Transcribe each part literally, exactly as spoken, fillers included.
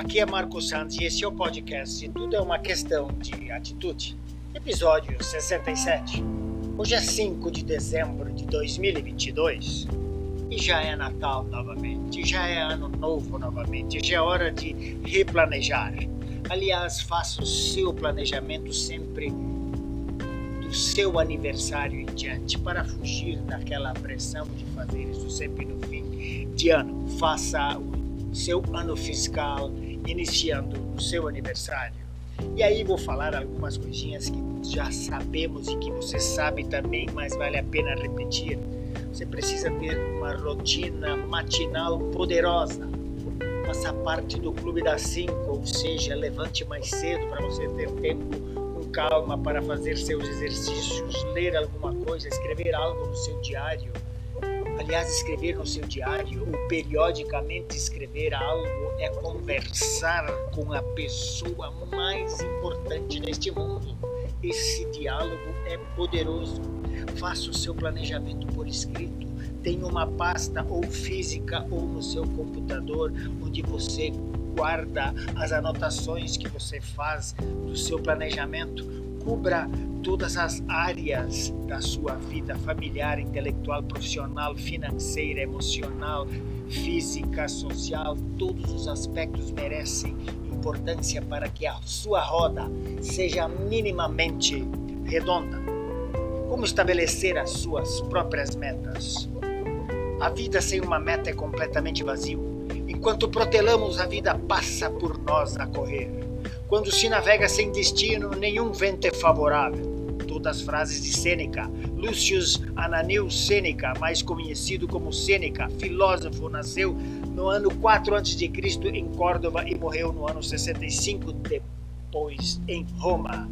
Aqui é Marco Santos e esse é o podcast Tudo é uma Questão de Atitude, episódio sessenta e sete. Hoje é cinco de dezembro de dois mil e vinte e dois e já é Natal novamente, já é Ano Novo novamente, já é hora de replanejar. Aliás, faça o seu planejamento sempre do seu aniversário em diante, para fugir daquela pressão de fazer isso sempre no fim de ano. Faça o seu ano fiscal iniciando no seu aniversário. E aí vou falar algumas coisinhas que já sabemos e que você sabe também, mas vale a pena repetir. Você precisa ter uma rotina matinal poderosa. Faça parte do Clube das cinco, ou seja, levante mais cedo para você ter tempo com calma para fazer seus exercícios, ler alguma coisa, escrever algo no seu diário. Aliás, escrever no seu diário ou periodicamente escrever algo é conversar com a pessoa mais importante neste mundo. Esse diálogo é poderoso. Faça o seu planejamento por escrito. Tenha uma pasta ou física ou no seu computador onde você guarda as anotações que você faz do seu planejamento. Cubra todas as áreas da sua vida familiar, intelectual, profissional, financeira, emocional, física, social. Todos os aspectos merecem importância para que a sua roda seja minimamente redonda. Como estabelecer as suas próprias metas? A vida sem uma meta é completamente vazio. Enquanto protelamos, a vida passa por nós a correr. Quando se navega sem destino, nenhum vento é favorável. Todas as frases de Sêneca. Lucius Ananil Sêneca, mais conhecido como Sêneca, filósofo, nasceu no ano quatro antes de Cristo em Córdoba e morreu no ano sessenta e cinco depois em Roma.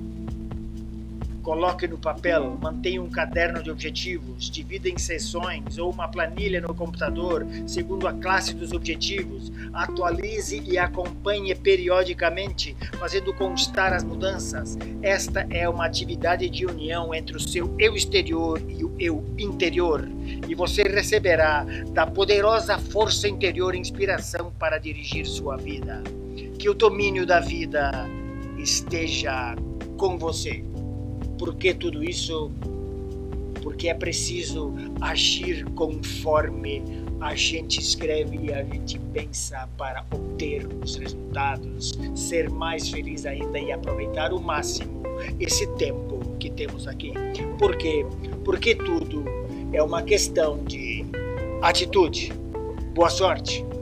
Coloque no papel, mantenha um caderno de objetivos, divida em sessões ou uma planilha no computador, segundo a classe dos objetivos. Atualize e acompanhe periodicamente, fazendo constar as mudanças. Esta é uma atividade de união entre o seu eu exterior e o eu interior. E você receberá da poderosa força interior inspiração para dirigir sua vida. Que o domínio da vida esteja com você. Por que tudo isso? Porque é preciso agir conforme a gente escreve e a gente pensa para obter os resultados, ser mais feliz ainda e aproveitar o máximo esse tempo que temos aqui. Por quê? Porque tudo é uma questão de atitude. Boa sorte!